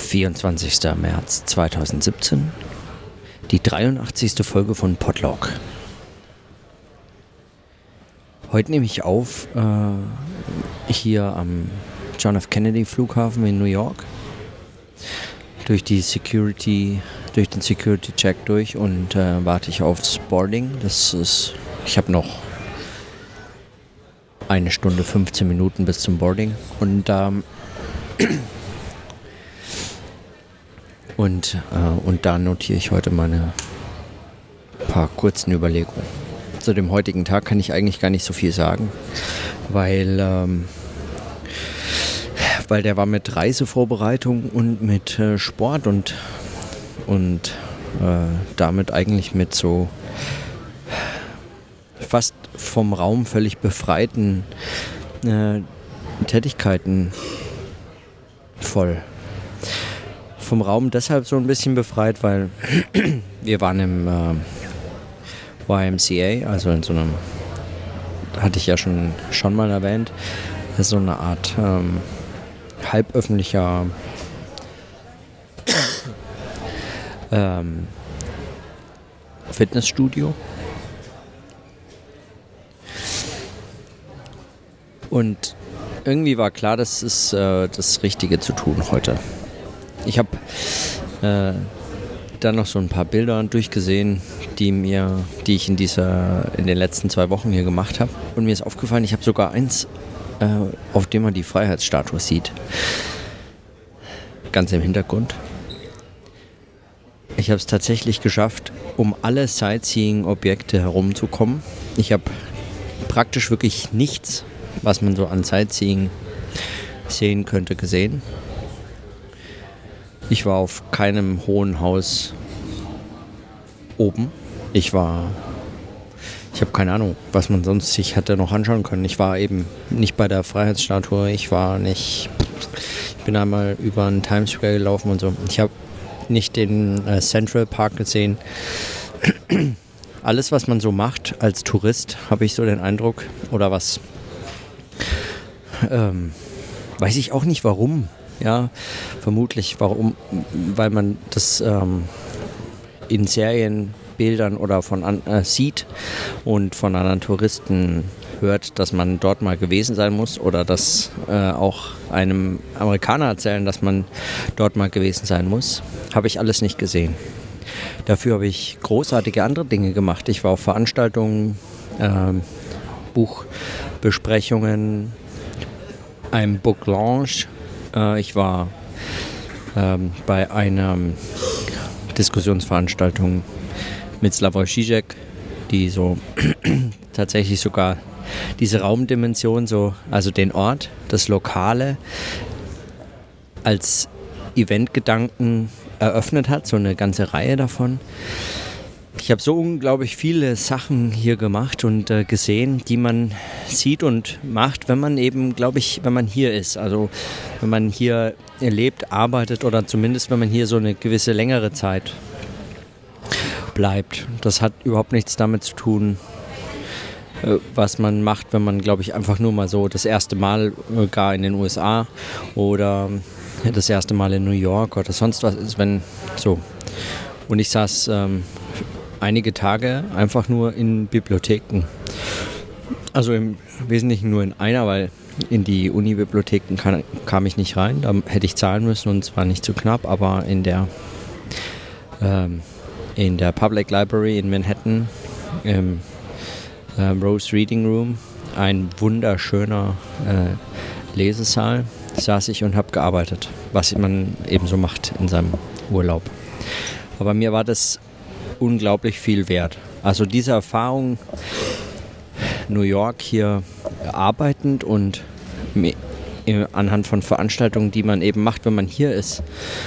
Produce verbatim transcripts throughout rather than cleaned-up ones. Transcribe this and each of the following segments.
vierundzwanzigster März zweitausendsiebzehn, die dreiundachtzigste Folge von Podlog. Heute nehme ich auf äh, hier am John F. Kennedy Flughafen in New York. Durch die Security, durch den Security Check durch und äh, warte ich aufs Boarding. Das ist, ich habe noch eine Stunde fünfzehn Minuten bis zum Boarding und ähm, und äh, und da notiere ich heute meine paar kurzen Überlegungen. Zu dem heutigen Tag kann ich eigentlich gar nicht so viel sagen, weil ähm, weil der war mit Reisevorbereitung und mit äh, Sport und und äh, damit eigentlich mit so fast vom Raum völlig befreiten äh, Tätigkeiten voll. Vom Raum deshalb so ein bisschen befreit, weil wir waren im äh, Y M C A, also in so einem, hatte ich ja schon, schon mal erwähnt, so eine Art ähm, halböffentlicher ähm, Fitnessstudio. Und irgendwie war klar, das ist äh, das Richtige zu tun heute. Ich habe äh, dann noch so ein paar Bilder durchgesehen, die mir, die ich in dieser, in den letzten zwei Wochen hier gemacht habe. Und mir ist aufgefallen, ich habe sogar eins, äh, auf dem man die Freiheitsstatue sieht. Ganz im Hintergrund. Ich habe es tatsächlich geschafft, um alle Sightseeing-Objekte herumzukommen. Ich habe praktisch wirklich nichts, was man so an Sightseeing sehen könnte, gesehen. Ich war auf keinem hohen Haus oben. Ich war, ich habe keine Ahnung, was man sonst sich hätte noch anschauen können. Ich war eben nicht bei der Freiheitsstatue, ich war nicht, ich bin einmal über den Times Square gelaufen und so. Ich habe nicht den äh, Central Park gesehen. Alles, was man so macht als Tourist, habe ich so den Eindruck, oder was, ähm, weiß ich auch nicht warum. Ja, vermutlich warum, weil man das ähm, in Serienbildern oder von an, äh, sieht und von anderen Touristen hört, dass man dort mal gewesen sein muss oder dass äh, auch einem Amerikaner erzählen, dass man dort mal gewesen sein muss. Habe ich alles nicht gesehen. Dafür habe ich großartige andere Dinge gemacht. Ich war auf Veranstaltungen, äh, Buchbesprechungen, einem Book Launch. Äh, ich war ähm, bei einer Diskussionsveranstaltung mit Slavoj Žižek, die so tatsächlich sogar diese Raumdimension, so, also den Ort, das Lokale, als Eventgedanken eröffnet hat, so eine ganze Reihe davon. Ich habe so unglaublich viele Sachen hier gemacht und äh, gesehen, die man sieht und macht, wenn man eben, glaube ich, wenn man hier ist. Also wenn man hier lebt, arbeitet oder zumindest, wenn man hier so eine gewisse längere Zeit bleibt. Das hat überhaupt nichts damit zu tun, äh, was man macht, wenn man, glaube ich, einfach nur mal so das erste Mal äh, gar in den U S A oder äh, das erste Mal in New York oder sonst was ist, wenn so. Und ich saß ähm, einige Tage einfach nur in Bibliotheken. Also im Wesentlichen nur in einer, weil in die Uni-Bibliotheken kann, kam ich nicht rein. Da hätte ich zahlen müssen und zwar nicht zu knapp, aber in der, ähm, in der Public Library in Manhattan, im ähm, Rose Reading Room, ein wunderschöner äh, Lesesaal, saß ich und habe gearbeitet, was man eben so macht in seinem Urlaub. Aber mir war das unglaublich viel wert. Also diese Erfahrung, New York hier arbeitend und anhand von Veranstaltungen, die man eben macht, wenn man hier ist.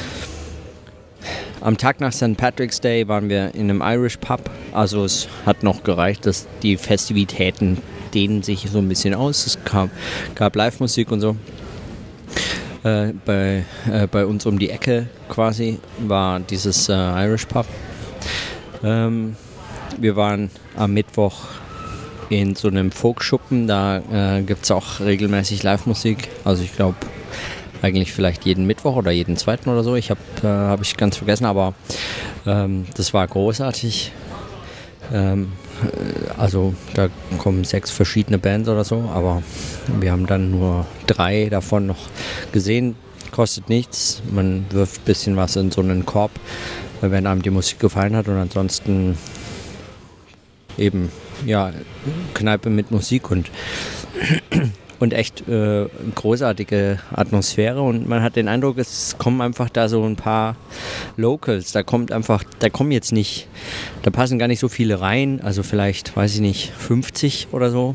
Am Tag nach Sankt Patrick's Day waren wir in einem Irish Pub. Also es hat noch gereicht, dass die Festivitäten dehnen sich so ein bisschen aus. Es gab, gab Live-Musik und so. Äh, bei, äh, bei uns um die Ecke quasi war dieses äh, Irish Pub. Ähm, wir waren am Mittwoch in so einem Folkschuppen, da äh, gibt es auch regelmäßig Live-Musik. Also ich glaube eigentlich vielleicht jeden Mittwoch oder jeden zweiten oder so. Ich habe äh, hab ich ganz vergessen, aber ähm, das war großartig. Ähm, also da kommen sechs verschiedene Bands oder so, aber wir haben dann nur drei davon noch gesehen. Kostet nichts, man wirft ein bisschen was in so einen Korb, wenn einem die Musik gefallen hat, und ansonsten eben, ja, Kneipe mit Musik und und echt äh, großartige Atmosphäre, und man hat den Eindruck, es kommen einfach da so ein paar Locals, da kommt einfach, da kommen jetzt nicht, da passen gar nicht so viele rein, also vielleicht, weiß ich nicht, fünfzig oder so.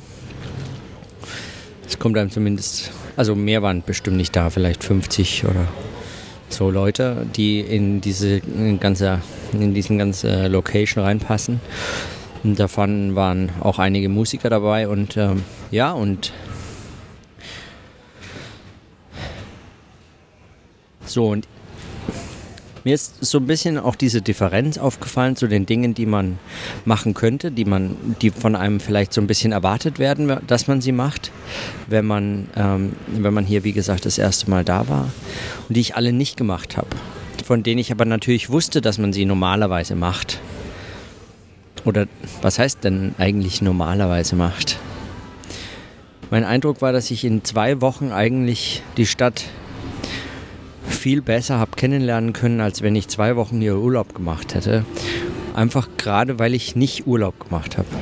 Es kommt einem zumindest, also mehr waren bestimmt nicht da, vielleicht fünfzig oder so Leute, die in diese in ganze, in diesen ganzen Location reinpassen. Und davon waren auch einige Musiker dabei, und ähm, ja, und so, und mir ist so ein bisschen auch diese Differenz aufgefallen zu den Dingen, die man machen könnte, die man, die von einem vielleicht so ein bisschen erwartet werden, dass man sie macht, wenn man, ähm, wenn man hier, wie gesagt, das erste Mal da war, und die ich alle nicht gemacht habe, von denen ich aber natürlich wusste, dass man sie normalerweise macht. Oder was heißt denn eigentlich normalerweise macht? Mein Eindruck war, dass ich in zwei Wochen eigentlich die Stadt viel besser habe kennenlernen können, als wenn ich zwei Wochen hier Urlaub gemacht hätte. Einfach gerade, weil ich nicht Urlaub gemacht habe.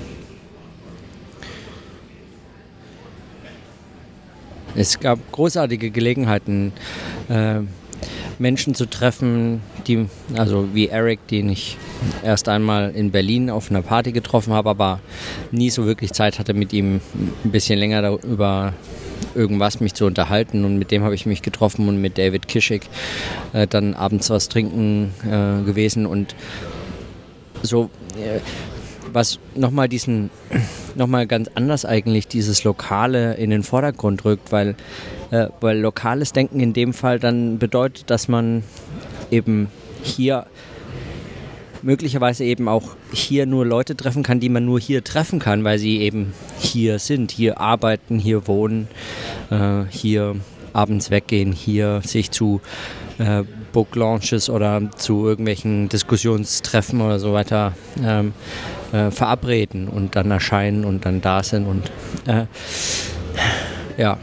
Es gab großartige Gelegenheiten, äh, Menschen zu treffen, die, also wie Eric, den ich erst einmal in Berlin auf einer Party getroffen habe, aber nie so wirklich Zeit hatte, mit ihm ein bisschen länger darüber irgendwas mich zu unterhalten, und mit dem habe ich mich getroffen und mit David Kischik äh, dann abends was trinken äh, gewesen, und so äh, was nochmal diesen nochmal ganz anders eigentlich dieses Lokale in den Vordergrund rückt, weil, äh, weil lokales Denken in dem Fall dann bedeutet, dass man eben hier möglicherweise eben auch hier nur Leute treffen kann, die man nur hier treffen kann, weil sie eben hier sind, hier arbeiten, hier wohnen, äh, hier abends weggehen, hier sich zu äh, Book Launches oder zu irgendwelchen Diskussionstreffen oder so weiter ähm, äh, verabreden und dann erscheinen und dann da sind, und äh, ja.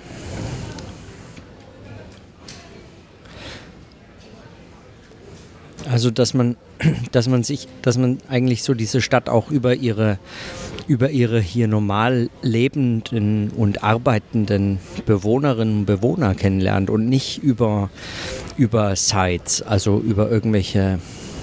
Also dass man, dass man sich, dass man eigentlich so diese Stadt auch über ihre, über ihre hier normal lebenden und arbeitenden Bewohnerinnen und Bewohner kennenlernt und nicht über, über Sites, also über irgendwelche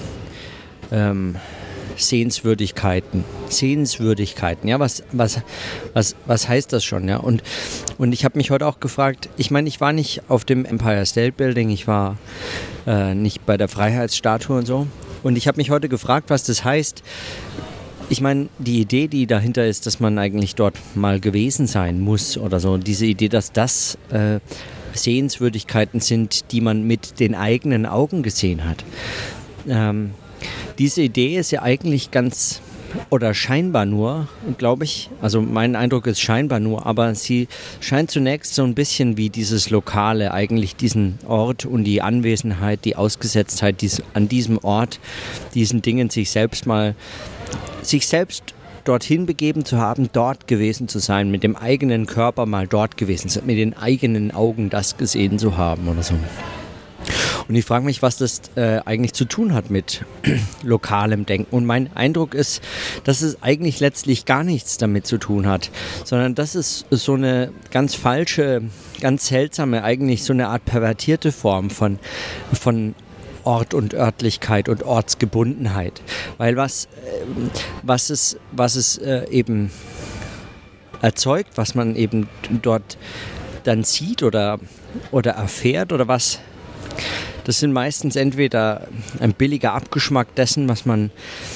ähm, Sehenswürdigkeiten. Sehenswürdigkeiten, ja, was, was, was, was heißt das schon, ja? Und, und ich habe mich heute auch gefragt, ich meine, ich war nicht auf dem Empire State Building, ich war äh, nicht bei der Freiheitsstatue und so. Und ich habe mich heute gefragt, was das heißt. Ich meine, die Idee, die dahinter ist, dass man eigentlich dort mal gewesen sein muss oder so, diese Idee, dass das äh, Sehenswürdigkeiten sind, die man mit den eigenen Augen gesehen hat. Ähm, diese Idee ist ja eigentlich ganz, oder scheinbar nur, glaube ich, also mein Eindruck ist scheinbar nur, aber sie scheint zunächst so ein bisschen wie dieses Lokale, eigentlich diesen Ort und die Anwesenheit, die Ausgesetztheit dies, an diesem Ort, diesen Dingen sich selbst mal, sich selbst dorthin begeben zu haben, dort gewesen zu sein, mit dem eigenen Körper mal dort gewesen zu sein, mit den eigenen Augen das gesehen zu haben oder so. Und ich frage mich, was das äh, eigentlich zu tun hat mit lokalem Denken. Und mein Eindruck ist, dass es eigentlich letztlich gar nichts damit zu tun hat, sondern dass es so eine ganz falsche, ganz seltsame, eigentlich so eine Art pervertierte Form von, von Ort und Örtlichkeit und Ortsgebundenheit. Weil was, äh, was es, was es äh, eben erzeugt, was man eben dort dann sieht oder, oder erfährt oder was, das sind meistens entweder ein billiger Abgeschmack dessen, was man,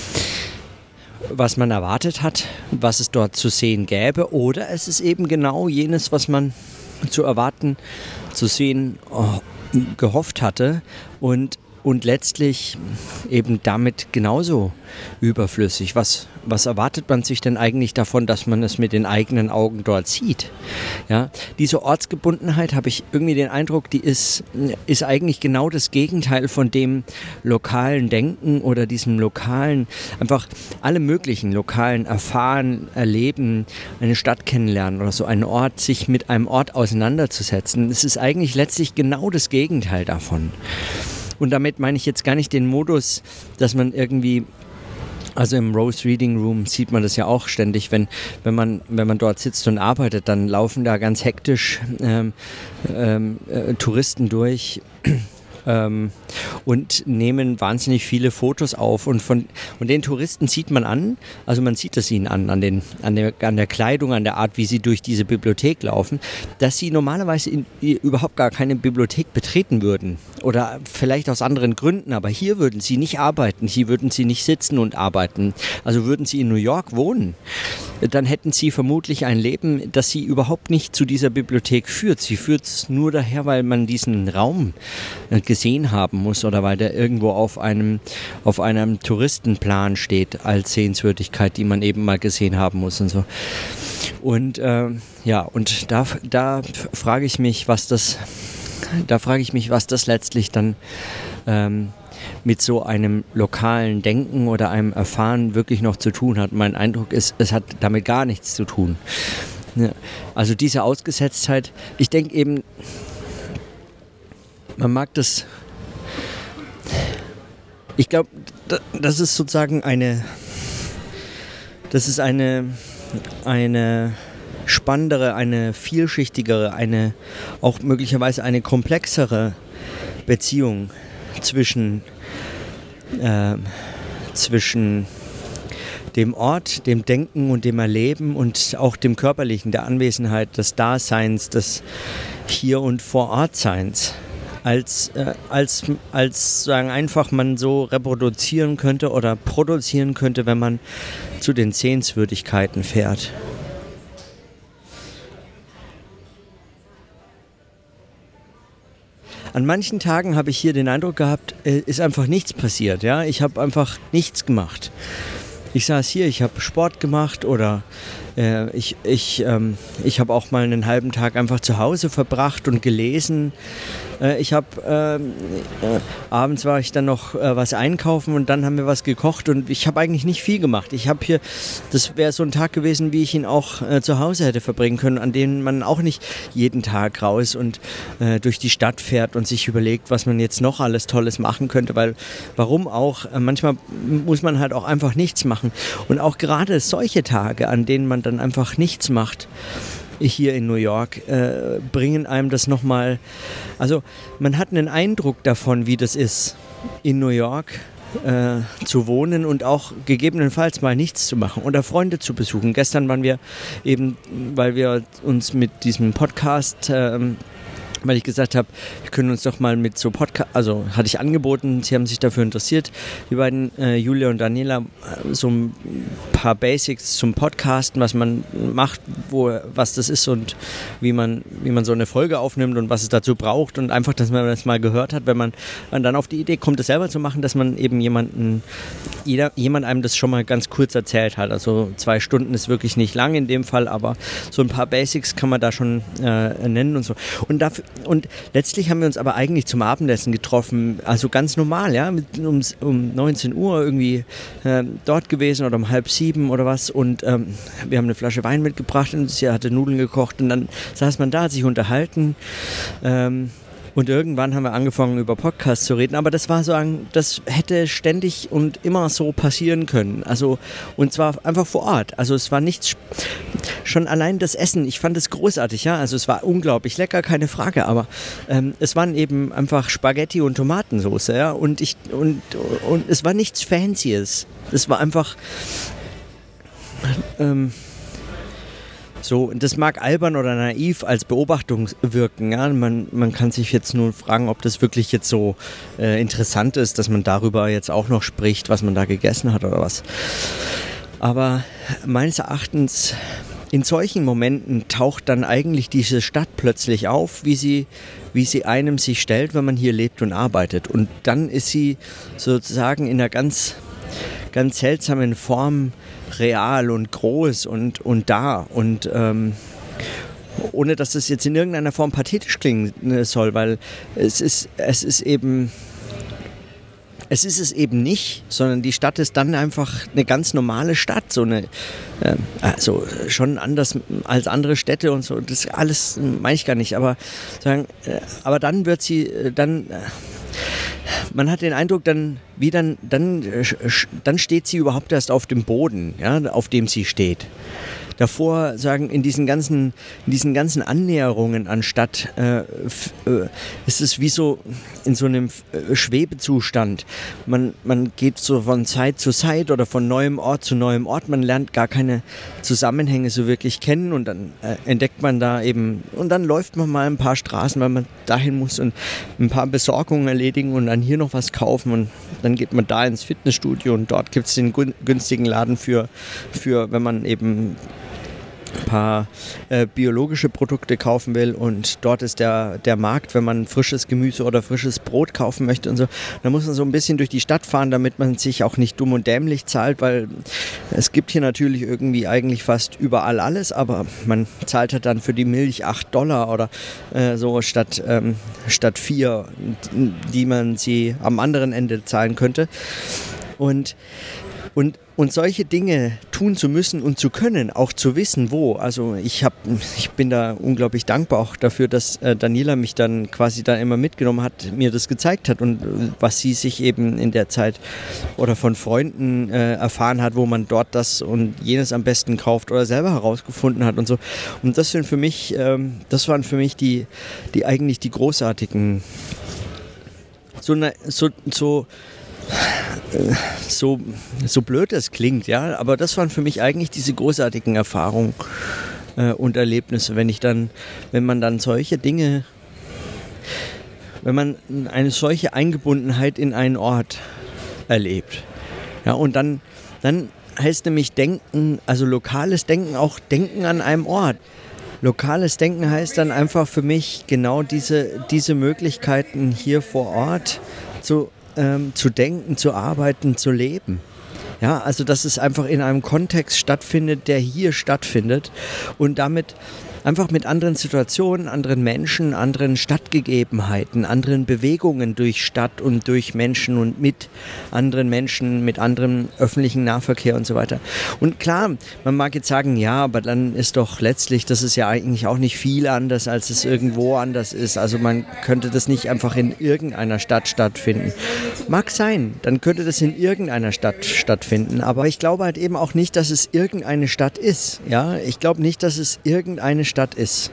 was man erwartet hat, was es dort zu sehen gäbe, oder es ist eben genau jenes, was man zu erwarten, zu sehen, oh, gehofft hatte und und letztlich eben damit genauso überflüssig. Was, was erwartet man sich denn eigentlich davon, dass man es mit den eigenen Augen dort sieht? Ja, diese Ortsgebundenheit, habe ich irgendwie den Eindruck, die ist, ist eigentlich genau das Gegenteil von dem lokalen Denken oder diesem lokalen, einfach alle möglichen lokalen Erfahren, Erleben, eine Stadt kennenlernen oder so, einen Ort, sich mit einem Ort auseinanderzusetzen. Es ist eigentlich letztlich genau das Gegenteil davon. Und damit meine ich jetzt gar nicht den Modus, dass man irgendwie, also im Rose Reading Room sieht man das ja auch ständig, wenn, wenn, man, wenn man dort sitzt und arbeitet, dann laufen da ganz hektisch ähm, ähm, äh, Touristen durch ähm, und nehmen wahnsinnig viele Fotos auf. Und von und den Touristen sieht man an, also man sieht es ihnen an, an, den, an, der, an der Kleidung, an der Art, wie sie durch diese Bibliothek laufen, dass sie normalerweise in, überhaupt gar keine Bibliothek betreten würden. Oder vielleicht aus anderen Gründen, aber hier würden sie nicht arbeiten, hier würden sie nicht sitzen und arbeiten. Also würden sie in New York wohnen, dann hätten sie vermutlich ein Leben, das sie überhaupt nicht zu dieser Bibliothek führt. Sie führt es nur daher, weil man diesen Raum gesehen haben muss oder weil der irgendwo auf einem, auf einem Touristenplan steht als Sehenswürdigkeit, die man eben mal gesehen haben muss und so. Und äh, ja, und da, da frage ich mich, was das Da frage ich mich, was das letztlich dann ähm, mit so einem lokalen Denken oder einem Erfahren wirklich noch zu tun hat. Mein Eindruck ist, es hat damit gar nichts zu tun. Ja, also diese Ausgesetztheit, ich denke eben, man mag das, ich glaube, das ist sozusagen eine, das ist eine, eine spannendere, eine vielschichtigere, eine auch möglicherweise eine komplexere Beziehung zwischen, äh, zwischen dem Ort, dem Denken und dem Erleben und auch dem Körperlichen, der Anwesenheit, des Daseins, des Hier- und Vor-Ort-Seins, als, äh, als, als sagen einfach man so reproduzieren könnte oder produzieren könnte, wenn man zu den Sehenswürdigkeiten fährt. An manchen Tagen habe ich hier den Eindruck gehabt, ist einfach nichts passiert. Ja? Ich habe einfach nichts gemacht. Ich saß hier, ich habe Sport gemacht oder äh, ich, ich, ähm, ich habe auch mal einen halben Tag einfach zu Hause verbracht und gelesen. Äh, ich habe ähm, äh, abends war ich dann noch äh, was einkaufen und dann haben wir was gekocht und ich habe eigentlich nicht viel gemacht. Ich habe hier, das wäre so ein Tag gewesen, wie ich ihn auch äh, zu Hause hätte verbringen können, an dem man auch nicht jeden Tag raus und äh, durch die Stadt fährt und sich überlegt, was man jetzt noch alles Tolles machen könnte, weil warum auch, äh, manchmal muss man halt auch einfach nichts machen. Und auch gerade solche Tage, an denen man dann einfach nichts macht, hier in New York, äh, bringen einem das nochmal, also man hat einen Eindruck davon, wie das ist, in New York äh, zu wohnen und auch gegebenenfalls mal nichts zu machen oder Freunde zu besuchen. Gestern waren wir eben, weil wir uns mit diesem Podcast ähm, weil ich gesagt habe, wir können uns doch mal mit so Podcast, also hatte ich angeboten, sie haben sich dafür interessiert, die beiden, äh, Julia und Daniela, so ein paar Basics zum Podcasten, was man macht, wo, was das ist und wie man, wie man so eine Folge aufnimmt und was es dazu braucht und einfach, dass man das mal gehört hat, wenn man dann auf die Idee kommt, das selber zu machen, dass man eben jemanden, jeder, jemand einem das schon mal ganz kurz erzählt hat. Also zwei Stunden ist wirklich nicht lang in dem Fall, aber so ein paar Basics kann man da schon äh, nennen und so. Und dafür Und letztlich haben wir uns aber eigentlich zum Abendessen getroffen, also ganz normal, ja, um, um neunzehn Uhr irgendwie äh, dort gewesen oder um halb sieben oder was und ähm, wir haben eine Flasche Wein mitgebracht und sie hatte Nudeln gekocht und dann saß man da, hat sich unterhalten ähm, und irgendwann haben wir angefangen über Podcasts zu reden, aber das war so ein, das hätte ständig und immer so passieren können, also und zwar einfach vor Ort, also es war nichts, schon allein das Essen, ich fand es großartig, ja, also es war unglaublich lecker, keine Frage, aber ähm, es waren eben einfach Spaghetti und Tomatensauce, ja, und ich und, und es war nichts Fancyes, es war einfach ähm, so, das mag albern oder naiv als Beobachtung wirken. Ja? Man, man kann sich jetzt nur fragen, ob das wirklich jetzt so äh, interessant ist, dass man darüber jetzt auch noch spricht, was man da gegessen hat oder was. Aber meines Erachtens in solchen Momenten taucht dann eigentlich diese Stadt plötzlich auf, wie sie, wie sie einem sich stellt, wenn man hier lebt und arbeitet. Und dann ist sie sozusagen in einer ganz, ganz seltsamen Form real und groß und, und da. Und ähm, ohne dass es jetzt in irgendeiner Form pathetisch klingen soll, weil es ist, es ist eben... Es ist es eben nicht, sondern die Stadt ist dann einfach eine ganz normale Stadt, so eine, äh, also schon anders als andere Städte und so. Das alles meine ich gar nicht, aber sagen, äh, aber dann wird sie, äh, dann, äh, man hat den Eindruck, dann, wie dann, dann, äh, dann steht sie überhaupt erst auf dem Boden, ja, auf dem sie steht. Davor sagen, in diesen ganzen, in diesen ganzen Annäherungen an Stadt äh, f, äh, ist es wie so in so einem äh, Schwebezustand. Man, man geht so von Zeit zu Zeit oder von neuem Ort zu neuem Ort. Man lernt gar keine Zusammenhänge so wirklich kennen und dann äh, entdeckt man da eben, und dann läuft man mal ein paar Straßen, weil man dahin muss und ein paar Besorgungen erledigen und dann hier noch was kaufen und dann geht man da ins Fitnessstudio und dort gibt es den günstigen Laden für, für, wenn man eben ein paar äh, biologische Produkte kaufen will und dort ist der, der Markt, wenn man frisches Gemüse oder frisches Brot kaufen möchte und so. Da muss man so ein bisschen durch die Stadt fahren, damit man sich auch nicht dumm und dämlich zahlt, weil es gibt hier natürlich irgendwie eigentlich fast überall alles, aber man zahlt halt dann für die Milch acht Dollar oder äh, so statt, ähm, statt vier, die man sie am anderen Ende zahlen könnte. Und Und, und solche Dinge tun zu müssen und zu können, auch zu wissen, wo. Also ich, hab, ich bin da unglaublich dankbar auch dafür, dass äh, Daniela mich dann quasi da immer mitgenommen hat, mir das gezeigt hat und äh, was sie sich eben in der Zeit oder von Freunden äh, erfahren hat, wo man dort das und jenes am besten kauft oder selber herausgefunden hat und so. Und das sind für mich, ähm, das waren für mich die, die eigentlich die großartigen, so, ne, so, so So, so blöd das klingt, ja, aber das waren für mich eigentlich diese großartigen Erfahrungen äh, und Erlebnisse, wenn ich dann, wenn man dann solche Dinge, wenn man eine solche Eingebundenheit in einen Ort erlebt, ja, und dann, dann heißt nämlich Denken, also lokales Denken, auch Denken an einem Ort. Lokales Denken heißt dann einfach für mich genau diese, diese Möglichkeiten hier vor Ort zu Ähm, zu denken, zu arbeiten, zu leben. Ja, also dass es einfach in einem Kontext stattfindet, der hier stattfindet und damit einfach mit anderen Situationen, anderen Menschen, anderen Stadtgegebenheiten, anderen Bewegungen durch Stadt und durch Menschen und mit anderen Menschen, mit anderem öffentlichen Nahverkehr und so weiter. Und klar, man mag jetzt sagen, ja, aber dann ist doch letztlich, das ist ja eigentlich auch nicht viel anders, als es irgendwo anders ist. Also man könnte das nicht einfach in irgendeiner Stadt stattfinden. Mag sein, dann könnte das in irgendeiner Stadt stattfinden, aber ich glaube halt eben auch nicht, dass es irgendeine Stadt ist. Ja, ich glaube nicht, dass es irgendeine Stadt ist.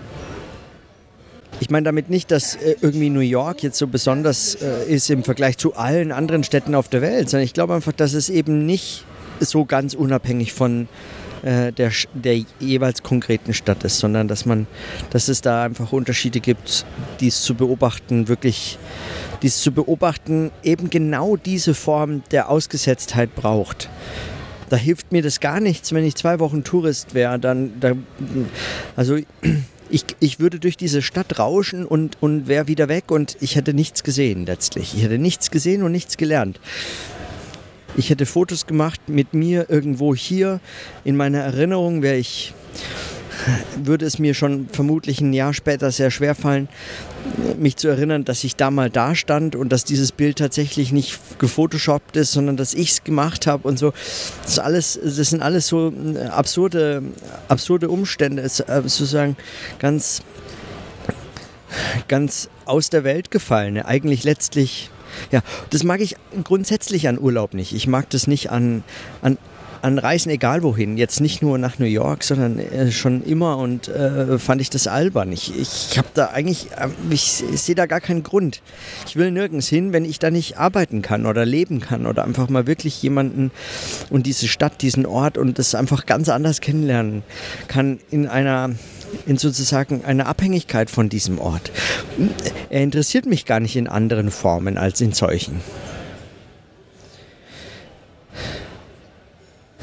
Ich meine damit nicht, dass äh, irgendwie New York jetzt so besonders äh, ist im Vergleich zu allen anderen Städten auf der Welt, sondern ich glaube einfach, dass es eben nicht so ganz unabhängig von äh, der, der jeweils konkreten Stadt ist, sondern dass man, dass es da einfach Unterschiede gibt, die es zu beobachten, wirklich, die es zu beobachten eben genau diese Form der Ausgesetztheit braucht. Da hilft mir das gar nichts, wenn ich zwei Wochen Tourist wäre. Dann, da, also ich, ich würde durch diese Stadt rauschen und, und wäre wieder weg und ich hätte nichts gesehen letztlich. Ich hätte nichts gesehen und nichts gelernt. Ich hätte Fotos gemacht mit mir irgendwo hier. In meiner Erinnerung wäre ich, würde es mir schon vermutlich ein Jahr später sehr schwer fallen, mich zu erinnern, dass ich da mal da stand und dass dieses Bild tatsächlich nicht gefotoshoppt ist, sondern dass ich es gemacht habe und so. Das ist alles, das sind alles so absurde, absurde Umstände, sozusagen ganz, ganz aus der Welt gefallene. Eigentlich letztlich, ja, das mag ich grundsätzlich an Urlaub nicht. Ich mag das nicht an, an An Reisen, egal wohin, jetzt nicht nur nach New York, sondern äh, schon immer und äh, fand ich das albern. Ich, ich habe da eigentlich, äh, ich, ich sehe da gar keinen Grund. Ich will nirgends hin, wenn ich da nicht arbeiten kann oder leben kann oder einfach mal wirklich jemanden und diese Stadt, diesen Ort und das einfach ganz anders kennenlernen kann in einer, in sozusagen einer Abhängigkeit von diesem Ort. Er interessiert mich gar nicht in anderen Formen als in solchen.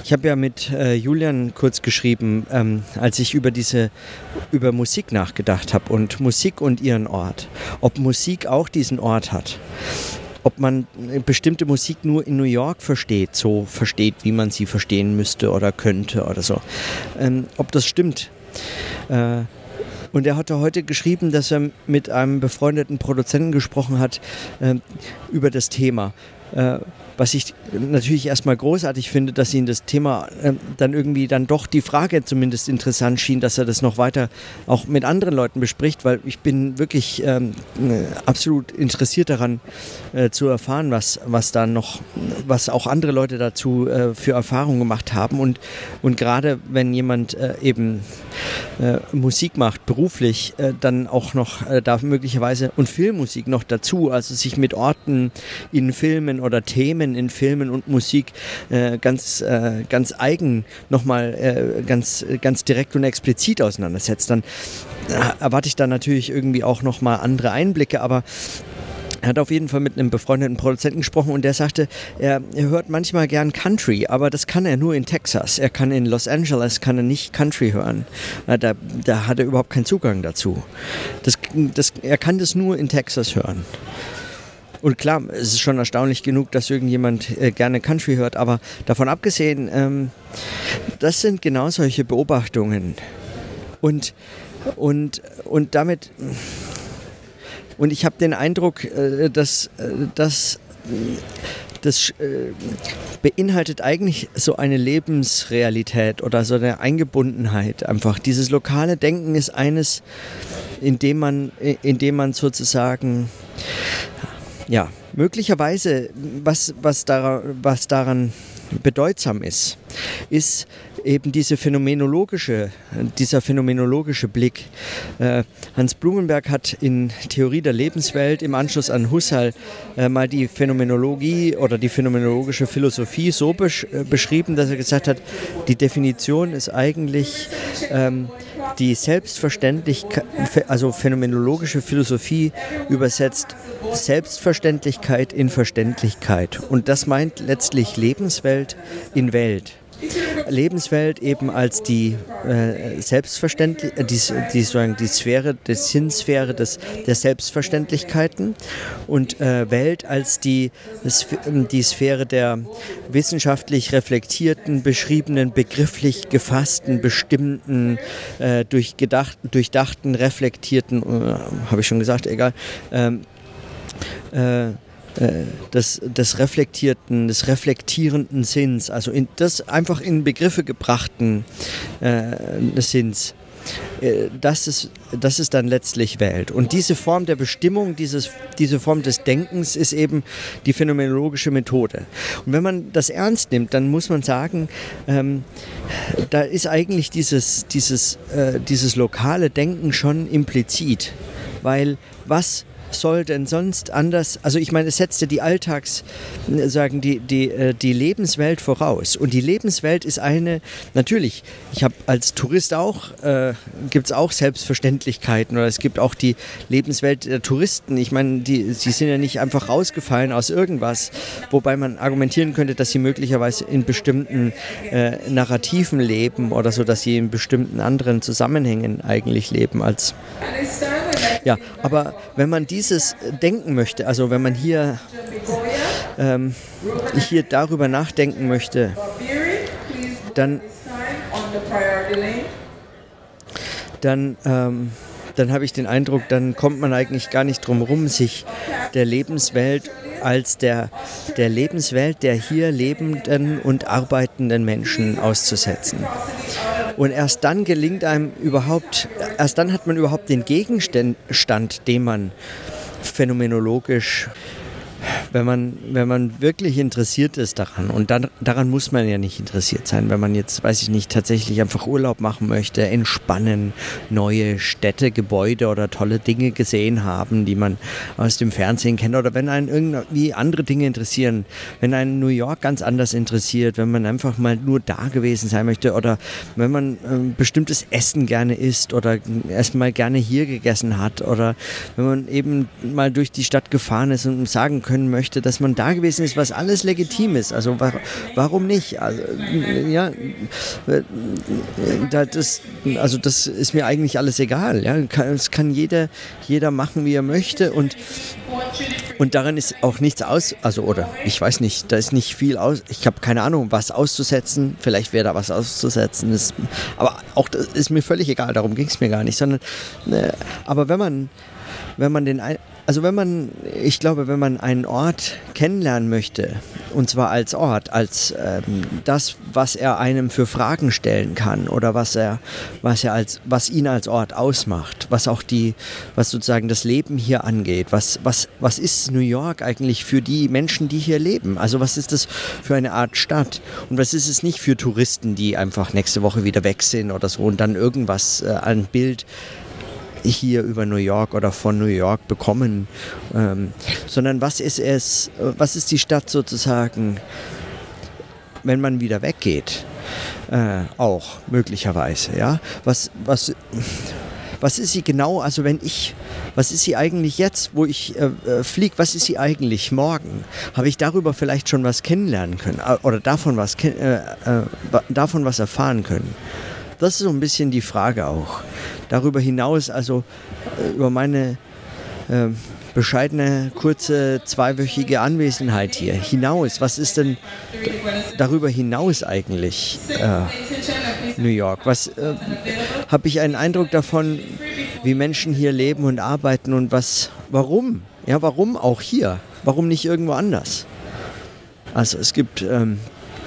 ich habe ja mit äh, Julian kurz geschrieben, ähm, als ich über diese, über Musik nachgedacht habe und Musik und ihren Ort. Ob Musik auch diesen Ort hat. Ob man bestimmte Musik nur in New York versteht, so versteht, wie man sie verstehen müsste oder könnte oder so. Ähm, ob das stimmt. Äh, Und er hatte heute geschrieben, dass er mit einem befreundeten Produzenten gesprochen hat äh, über das Thema. Äh, was ich natürlich erstmal großartig finde, dass ihn das Thema äh, dann irgendwie dann doch die Frage zumindest interessant schien, dass er das noch weiter auch mit anderen Leuten bespricht, weil ich bin wirklich ähm, absolut interessiert daran äh, zu erfahren, was, was da noch, was auch andere Leute dazu äh, für Erfahrungen gemacht haben und, und gerade wenn jemand äh, eben äh, Musik macht, beruflich, äh, dann auch noch äh, da möglicherweise und Filmmusik noch dazu, also sich mit Orten in Filmen oder Themen in Filmen und Musik äh, ganz, äh, ganz eigen nochmal äh, ganz, ganz direkt und explizit auseinandersetzt, dann äh, erwarte ich da natürlich irgendwie auch nochmal andere Einblicke, aber er hat auf jeden Fall mit einem befreundeten Produzenten gesprochen und der sagte, er, er hört manchmal gern Country, aber das kann er nur in Texas. Er kann in Los Angeles kann er nicht Country hören. Da, da hat er überhaupt keinen Zugang dazu. Das, das, er kann das nur in Texas hören. Und klar, es ist schon erstaunlich genug, dass irgendjemand äh, gerne Country hört, aber davon abgesehen, ähm, das sind genau solche Beobachtungen. Und, und, und damit, und ich habe den Eindruck, äh, dass, äh, dass das äh, beinhaltet eigentlich so eine Lebensrealität oder so eine Eingebundenheit einfach. Dieses lokale Denken ist eines, in dem man, in dem man sozusagen ja, möglicherweise, was, was, dar- was daran bedeutsam ist, ist eben diese phänomenologische, dieser phänomenologische Blick. Äh, Hans Blumenberg hat in Theorie der Lebenswelt im Anschluss an Husserl äh, mal die Phänomenologie oder die phänomenologische Philosophie so besch- äh, beschrieben, dass er gesagt hat, die Definition ist eigentlich ähm, die Selbstverständlichkeit, also phänomenologische Philosophie übersetzt Selbstverständlichkeit in Verständlichkeit. Und das meint letztlich Lebenswelt in Welt. Lebenswelt eben als die äh, Selbstverständlich, äh, die, die, sozusagen die Sphäre, die Sinnsphäre des, der Selbstverständlichkeiten und äh, Welt als die, die Sphäre der wissenschaftlich reflektierten, beschriebenen, begrifflich gefassten, bestimmten, äh, durchgedacht, durchdachten, reflektierten, äh, habe ich schon gesagt, egal, ähm, äh, Des, des reflektierten, des reflektierenden Sinns, also in das einfach in Begriffe gebrachten äh, Sinns. Äh, das ist, das ist dann letztlich Welt. Und diese Form der Bestimmung, dieses, diese Form des Denkens ist eben die phänomenologische Methode. Und wenn man das ernst nimmt, dann muss man sagen, ähm, da ist eigentlich dieses, dieses, äh, dieses lokale Denken schon implizit. Weil was soll denn sonst anders, also ich meine, es setzt ja die Alltags, sagen die, die, die Lebenswelt voraus und die Lebenswelt ist eine, natürlich, ich habe als Tourist auch, äh, gibt es auch Selbstverständlichkeiten oder es gibt auch die Lebenswelt der Touristen, ich meine, die, die sind ja nicht einfach rausgefallen aus irgendwas, wobei man argumentieren könnte, dass sie möglicherweise in bestimmten äh, Narrativen leben oder so, dass sie in bestimmten anderen Zusammenhängen eigentlich leben als ja, aber wenn man dieses denken möchte, also wenn man hier, ähm, hier darüber nachdenken möchte, dann, dann, ähm, dann habe ich den Eindruck, dann kommt man eigentlich gar nicht drum rum, sich der Lebenswelt als der, der Lebenswelt der hier lebenden und arbeitenden Menschen auszusetzen. Und erst dann gelingt einem überhaupt, erst dann hat man überhaupt den Gegenstand, den man phänomenologisch, wenn man, wenn man wirklich interessiert ist daran, und dann, daran muss man ja nicht interessiert sein, wenn man jetzt, weiß ich nicht, tatsächlich einfach Urlaub machen möchte, entspannen, neue Städte, Gebäude oder tolle Dinge gesehen haben, die man aus dem Fernsehen kennt, oder wenn einen irgendwie andere Dinge interessieren, wenn einen New York ganz anders interessiert, wenn man einfach mal nur da gewesen sein möchte oder wenn man äh, bestimmtes Essen gerne isst oder erstmal gerne hier gegessen hat oder wenn man eben mal durch die Stadt gefahren ist und sagen können möchte, dass man da gewesen ist, was alles legitim ist. Also wa- warum nicht? Also, ja, das, also das ist mir eigentlich alles egal. Ja? Es kann jeder, jeder machen, wie er möchte und, und daran ist auch nichts aus, also oder ich weiß nicht, da ist nicht viel aus, ich habe keine Ahnung, was auszusetzen, vielleicht wäre da was auszusetzen, das, aber auch das ist mir völlig egal, darum ging es mir gar nicht, sondern, äh, aber wenn man, wenn man den, also wenn man, ich glaube, wenn man einen Ort kennenlernen möchte, und zwar als Ort, als ähm, das, was er einem für Fragen stellen kann oder was er, was er als, was ihn als Ort ausmacht, was auch die, was sozusagen das Leben hier angeht, was, was, was ist New York eigentlich für die Menschen, die hier leben? Also was ist das für eine Art Stadt? Und was ist es nicht für Touristen, die einfach nächste Woche wieder weg sind oder so und dann irgendwas äh, ein Bild hier über New York oder von New York bekommen, ähm, sondern was ist es, was ist die Stadt sozusagen, wenn man wieder weggeht, äh, auch möglicherweise, ja, was, was, was ist sie genau, also wenn ich, was ist sie eigentlich jetzt, wo ich äh, fliege, was ist sie eigentlich morgen? Habe ich darüber vielleicht schon was kennenlernen können oder davon was, äh, äh, davon was erfahren können? Das ist so ein bisschen die Frage auch. Darüber hinaus, also äh, über meine äh, bescheidene, kurze, zweiwöchige Anwesenheit hier hinaus, was ist denn d- darüber hinaus eigentlich äh, New York? Was äh, habe ich einen Eindruck davon, wie Menschen hier leben und arbeiten und was, warum? Ja, warum auch hier? Warum nicht irgendwo anders? Also es gibt... Ähm,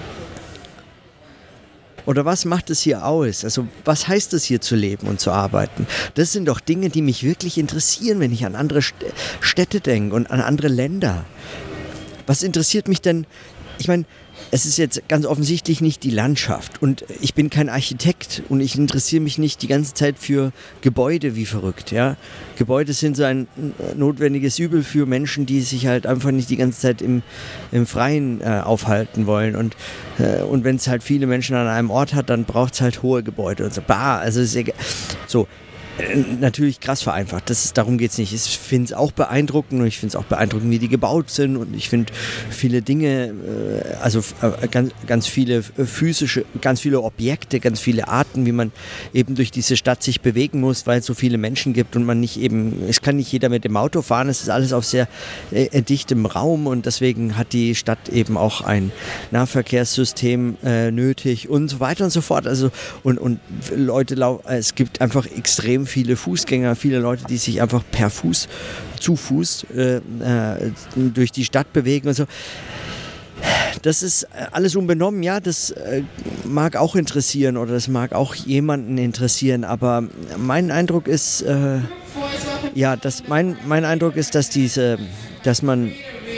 Oder was macht es hier aus? Also was heißt es hier zu leben und zu arbeiten? Das sind doch Dinge, die mich wirklich interessieren, wenn ich an andere Städte denke und an andere Länder. Was interessiert mich denn? Ich meine, es ist jetzt ganz offensichtlich nicht die Landschaft und ich bin kein Architekt und ich interessiere mich nicht die ganze Zeit für Gebäude wie verrückt. Ja? Gebäude sind so ein notwendiges Übel für Menschen, die sich halt einfach nicht die ganze Zeit im, im Freien äh, aufhalten wollen und, äh, und wenn es halt viele Menschen an einem Ort hat, dann braucht es halt hohe Gebäude und so. Bah, also ist egal. So. Natürlich krass vereinfacht, das ist, darum geht es nicht. Ich finde es auch beeindruckend und ich finde es auch beeindruckend, wie die gebaut sind und ich finde viele Dinge, äh, also äh, ganz, ganz viele physische, ganz viele Objekte, ganz viele Arten, wie man eben durch diese Stadt sich bewegen muss, weil es so viele Menschen gibt und man nicht eben, es kann nicht jeder mit dem Auto fahren, es ist alles auf sehr äh, dichtem Raum und deswegen hat die Stadt eben auch ein Nahverkehrssystem äh, nötig und so weiter und so fort. Also und, und Leute, es gibt einfach extrem viele Fußgänger, viele Leute, die sich einfach per Fuß, zu Fuß äh, äh, durch die Stadt bewegen und so. Das ist alles unbenommen, ja, das äh, mag auch interessieren oder das mag auch jemanden interessieren, aber mein Eindruck ist, äh, ja, dass mein, mein Eindruck ist, dass diese, dass man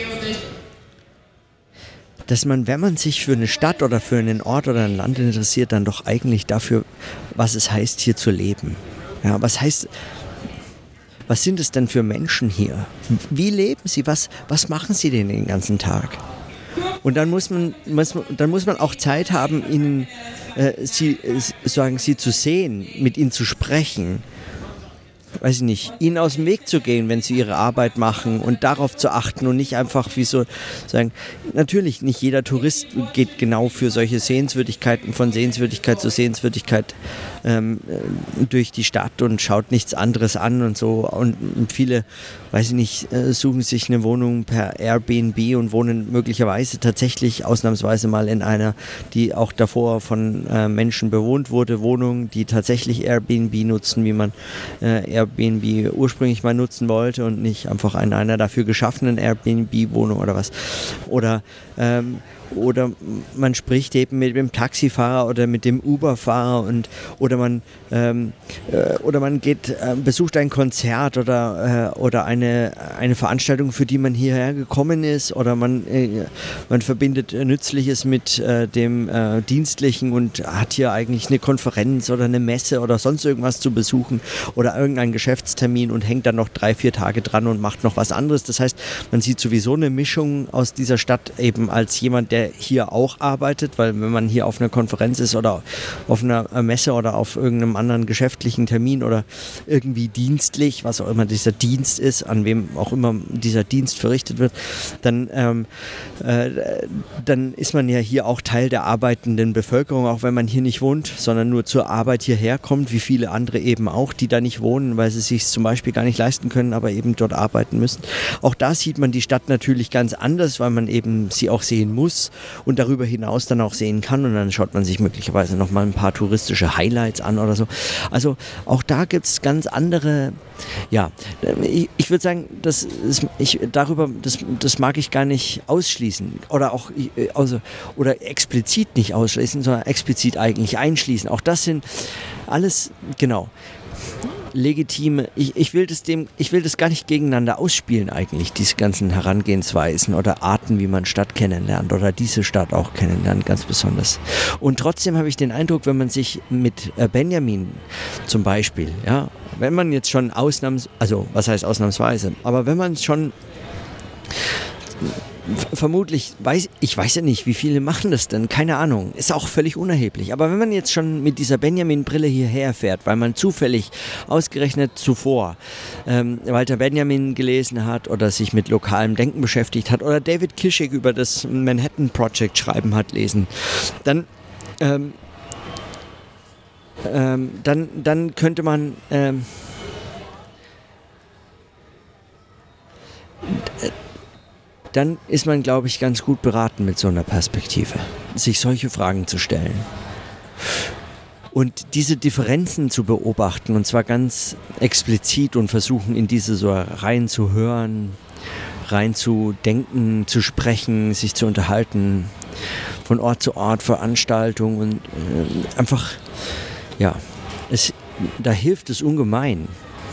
dass man, wenn man sich für eine Stadt oder für einen Ort oder ein Land interessiert, dann doch eigentlich dafür, was es heißt, hier zu leben. Ja, was heißt, was sind es denn für Menschen hier? Wie leben sie? Was, was machen sie denn den ganzen Tag? Und dann muss man, muss man, dann muss man auch Zeit haben, ihnen, äh, sie, äh, sagen, sie zu sehen, mit ihnen zu sprechen. Weiß ich nicht, ihnen aus dem Weg zu gehen, wenn sie ihre Arbeit machen und darauf zu achten und nicht einfach wie so sagen, natürlich nicht jeder Tourist geht genau für solche Sehenswürdigkeiten von Sehenswürdigkeit zu Sehenswürdigkeit ähm, durch die Stadt und schaut nichts anderes an und so und viele, weiß ich nicht, suchen sich eine Wohnung per Airbnb und wohnen möglicherweise tatsächlich ausnahmsweise mal in einer, die auch davor von äh, Menschen bewohnt wurde, Wohnung, die tatsächlich Airbnb nutzen, wie man äh, Airbnb ursprünglich mal nutzen wollte und nicht einfach in einer dafür geschaffenen Airbnb-Wohnung oder was. Oder ähm, oder man spricht eben mit dem Taxifahrer oder mit dem Uber-Fahrer und oder man ähm, äh, oder man geht äh, besucht ein Konzert oder äh, oder eine eine Veranstaltung, für die man hierher gekommen ist, oder man äh, man verbindet äh, Nützliches mit äh, dem äh, Dienstlichen und hat hier eigentlich eine Konferenz oder eine Messe oder sonst irgendwas zu besuchen oder irgendeinen Geschäftstermin und hängt dann noch drei vier Tage dran und macht noch was anderes. Das heißt, man sieht sowieso eine Mischung aus dieser Stadt eben als jemand, der der hier auch arbeitet, weil wenn man hier auf einer Konferenz ist oder auf einer Messe oder auf irgendeinem anderen geschäftlichen Termin oder irgendwie dienstlich, was auch immer dieser Dienst ist, an wem auch immer dieser Dienst verrichtet wird, dann, ähm, äh, dann ist man ja hier auch Teil der arbeitenden Bevölkerung, auch wenn man hier nicht wohnt, sondern nur zur Arbeit hierher kommt, wie viele andere eben auch, die da nicht wohnen, weil sie es sich zum Beispiel gar nicht leisten können, aber eben dort arbeiten müssen. Auch da sieht man die Stadt natürlich ganz anders, weil man eben sie auch sehen muss und darüber hinaus dann auch sehen kann und dann schaut man sich möglicherweise nochmal ein paar touristische Highlights an oder so. Also auch da gibt es ganz andere, ja, ich, ich würde sagen, das ist, ich, darüber, das, das mag ich gar nicht ausschließen oder auch also, oder explizit nicht ausschließen, sondern explizit eigentlich einschließen. Auch das sind alles, genau, legitime, ich, ich, will das dem, ich will das gar nicht gegeneinander ausspielen eigentlich, diese ganzen Herangehensweisen oder Arten, wie man Stadt kennenlernt oder diese Stadt auch kennenlernt, ganz besonders. Und trotzdem habe ich den Eindruck, wenn man sich mit Benjamin zum Beispiel, ja, wenn man jetzt schon ausnahms, also was heißt ausnahmsweise, aber wenn man schon vermutlich, weiß, ich weiß ja nicht, wie viele machen das denn, keine Ahnung, ist auch völlig unerheblich. Aber wenn man jetzt schon mit dieser Benjamin-Brille hierher fährt, weil man zufällig ausgerechnet zuvor ähm, Walter Benjamin gelesen hat oder sich mit lokalem Denken beschäftigt hat oder David Kischig über das Manhattan Project schreiben hat lesen, dann ähm, ähm, dann, dann könnte man ähm, dann ist man, glaube ich, ganz gut beraten mit so einer Perspektive, sich solche Fragen zu stellen. Und diese Differenzen zu beobachten, und zwar ganz explizit und versuchen, in diese so rein zu hören, rein zu denken, zu sprechen, sich zu unterhalten, von Ort zu Ort, Veranstaltungen und äh, einfach, ja, es, da hilft es ungemein.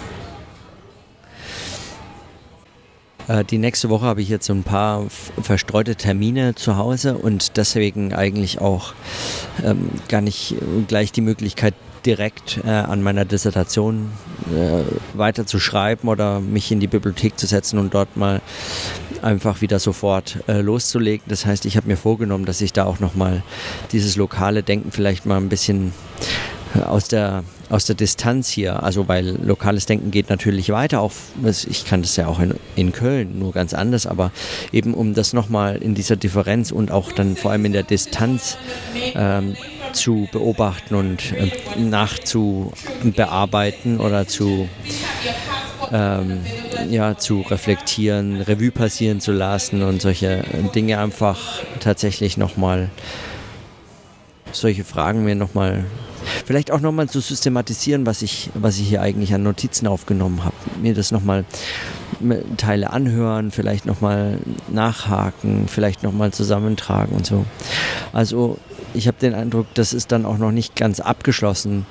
Die nächste Woche habe ich jetzt so ein paar verstreute Termine zu Hause und deswegen eigentlich auch ähm, gar nicht gleich die Möglichkeit, direkt äh, an meiner Dissertation äh, weiter zu schreiben oder mich in die Bibliothek zu setzen und dort mal einfach wieder sofort äh, loszulegen. Das heißt, ich habe mir vorgenommen, dass ich da auch nochmal dieses lokale Denken vielleicht mal ein bisschen aus der aus der Distanz hier, also weil lokales Denken geht natürlich weiter, auch ich kann das ja auch in, in Köln, nur ganz anders, aber eben um das nochmal in dieser Differenz und auch dann vor allem in der Distanz ähm, zu beobachten und äh, nachzubearbeiten oder zu ähm, ja, zu reflektieren, Revue passieren zu lassen und solche Dinge einfach tatsächlich nochmal, solche Fragen mir nochmal vielleicht auch nochmal zu systematisieren, was ich, was ich hier eigentlich an Notizen aufgenommen habe. Mir das nochmal Teile anhören, vielleicht nochmal nachhaken, vielleicht nochmal zusammentragen und so. Also ich habe den Eindruck, das ist dann auch noch nicht ganz abgeschlossen.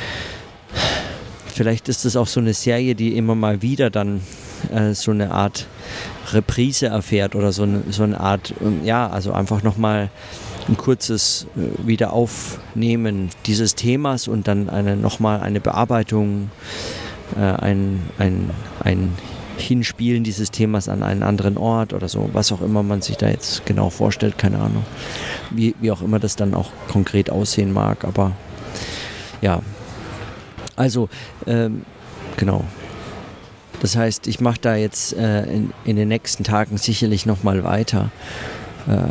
Vielleicht ist das auch so eine Serie, die immer mal wieder dann äh, so eine Art Reprise erfährt oder so eine, so eine Art, ja, also einfach nochmal ein kurzes äh, Wiederaufnehmen dieses Themas und dann eine, nochmal eine Bearbeitung, äh, ein, ein, ein Hinspielen dieses Themas an einen anderen Ort oder so, was auch immer man sich da jetzt genau vorstellt, keine Ahnung, wie, wie auch immer das dann auch konkret aussehen mag, aber ja, also ähm, genau. Das heißt, ich mache da jetzt äh, in, in den nächsten Tagen sicherlich nochmal weiter. Äh,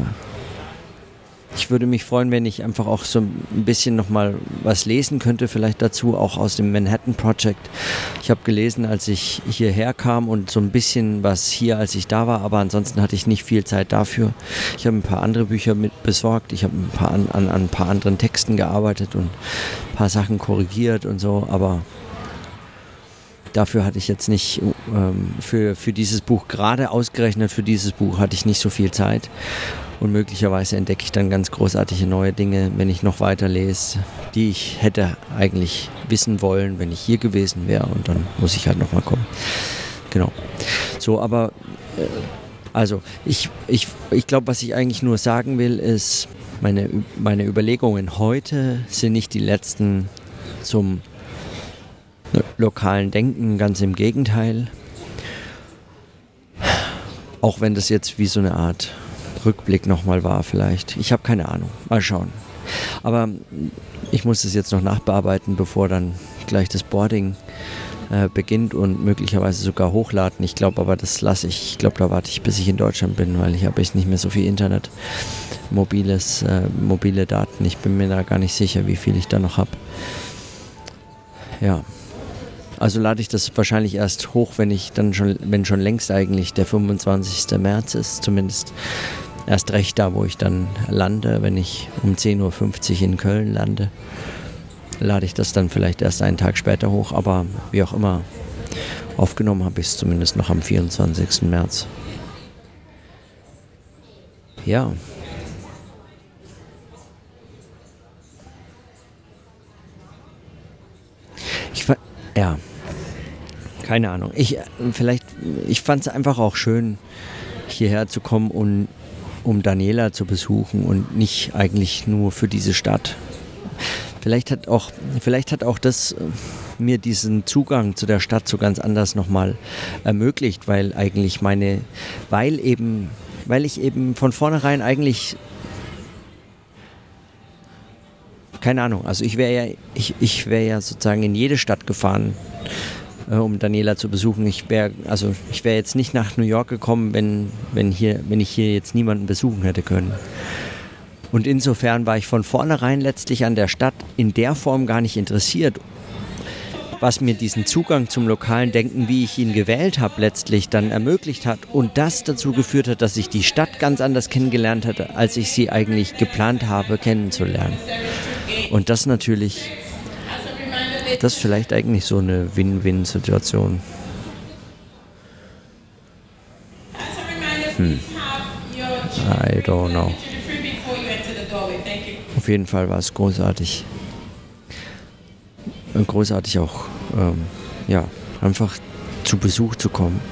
Ich würde mich freuen, wenn ich einfach auch so ein bisschen nochmal was lesen könnte, vielleicht dazu auch aus dem Manhattan Project. Ich habe gelesen, als ich hierher kam und so ein bisschen was hier, als ich da war, aber ansonsten hatte ich nicht viel Zeit dafür. Ich habe ein paar andere Bücher mit besorgt, ich habe ein paar an, an, an ein paar anderen Texten gearbeitet und ein paar Sachen korrigiert und so, aber dafür hatte ich jetzt nicht, ähm, für, für dieses Buch, gerade ausgerechnet für dieses Buch, hatte ich nicht so viel Zeit. Und möglicherweise entdecke ich dann ganz großartige neue Dinge, wenn ich noch weiter lese, die ich hätte eigentlich wissen wollen, wenn ich hier gewesen wäre. Und dann muss ich halt nochmal kommen. Genau. So, aber äh, also ich, ich, ich glaube, was ich eigentlich nur sagen will, ist, meine, meine Überlegungen heute sind nicht die letzten zum lokalen Denken, ganz im Gegenteil. Auch wenn das jetzt wie so eine Art Rückblick nochmal war vielleicht. Ich habe keine Ahnung. Mal schauen. Aber ich muss es jetzt noch nachbearbeiten, bevor dann gleich das Boarding äh, beginnt und möglicherweise sogar hochladen. Ich glaube aber, das lasse ich. Ich glaube, da warte ich, bis ich in Deutschland bin, weil ich habe jetzt nicht mehr so viel Internet, mobiles, äh, mobile Daten. Ich bin mir da gar nicht sicher, wie viel ich da noch habe. Ja. Also lade ich das wahrscheinlich erst hoch, wenn ich dann schon, wenn schon längst eigentlich der fünfundzwanzigster März ist, zumindest erst recht da, wo ich dann lande, wenn ich um zehn Uhr fünfzig in Köln lande, lade ich das dann vielleicht erst einen Tag später hoch, aber wie auch immer, aufgenommen habe ich es zumindest noch am vierundzwanzigsten März. Ja. Ich ver- ja. Keine Ahnung. Ich, vielleicht, ich fand es einfach auch schön, hierher zu kommen und um Daniela zu besuchen und nicht eigentlich nur für diese Stadt. Vielleicht hat auch, vielleicht hat auch das mir diesen Zugang zu der Stadt so ganz anders nochmal ermöglicht, weil eigentlich meine, weil eben, weil ich eben von vornherein eigentlich, keine Ahnung, also ich wäre ja, ich, ich wäre ja sozusagen in jede Stadt gefahren, um Daniela zu besuchen. Ich wäre also ich wäre jetzt nicht nach New York gekommen, wenn, wenn, hier, wenn ich hier jetzt niemanden besuchen hätte können. Und insofern war ich von vornherein letztlich an der Stadt in der Form gar nicht interessiert, was mir diesen Zugang zum lokalen Denken, wie ich ihn gewählt habe, letztlich dann ermöglicht hat und das dazu geführt hat, dass ich die Stadt ganz anders kennengelernt hatte, als ich sie eigentlich geplant habe kennenzulernen. Und das natürlich Das ist vielleicht eigentlich so eine Win-Win-Situation. Hm. I don't know. Auf jeden Fall war es großartig. Und großartig auch, ähm, ja, einfach zu Besuch zu kommen.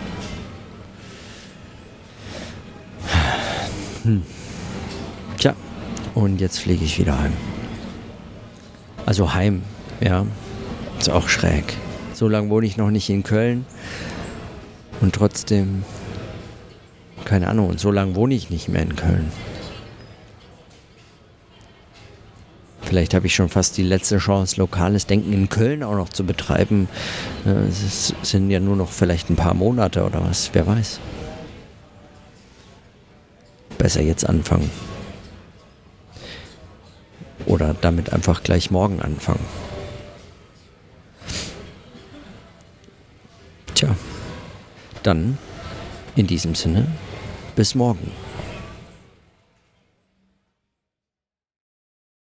Hm. Tja, und jetzt fliege ich wieder heim. Also heim, ja. Ist auch schräg. So lange wohne ich noch nicht in Köln und trotzdem, keine Ahnung, und so lange wohne ich nicht mehr in Köln. Vielleicht habe ich schon fast die letzte Chance, lokales Denken in Köln auch noch zu betreiben. Es sind ja nur noch vielleicht ein paar Monate oder was, wer weiß. Besser jetzt anfangen. Oder damit einfach gleich morgen anfangen. Tja, dann in diesem Sinne, bis morgen.